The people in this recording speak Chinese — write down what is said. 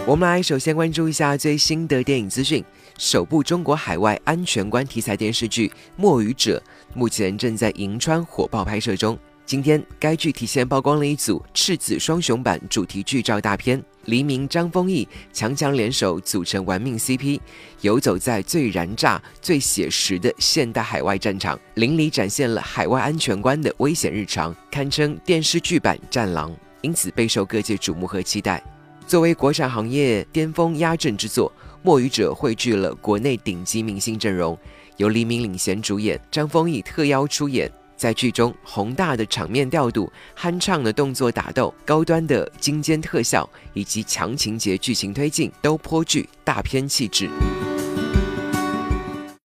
我们来首先关注一下最新的电影资讯。首部中国海外安全观题材电视剧《墨鱼者》目前正在银川火爆拍摄中。今天，该剧提前曝光了一组赤子双雄版主题剧照大片，黎明、张丰毅强强联手组成玩命 CP， 游走在最燃炸、最写实的现代海外战场，淋漓展现了海外安全观的危险日常，堪称电视剧版《战狼》，因此备受各界瞩目和期待。作为国产行业巅峰压阵之作，《墨鱼者》汇聚了国内顶级明星阵容，由黎明领衔主演，张丰毅特邀出演。在剧中，宏大的场面调度、酣畅的动作打斗、高端的精尖特效以及强情节剧情推进，都颇具大片气质。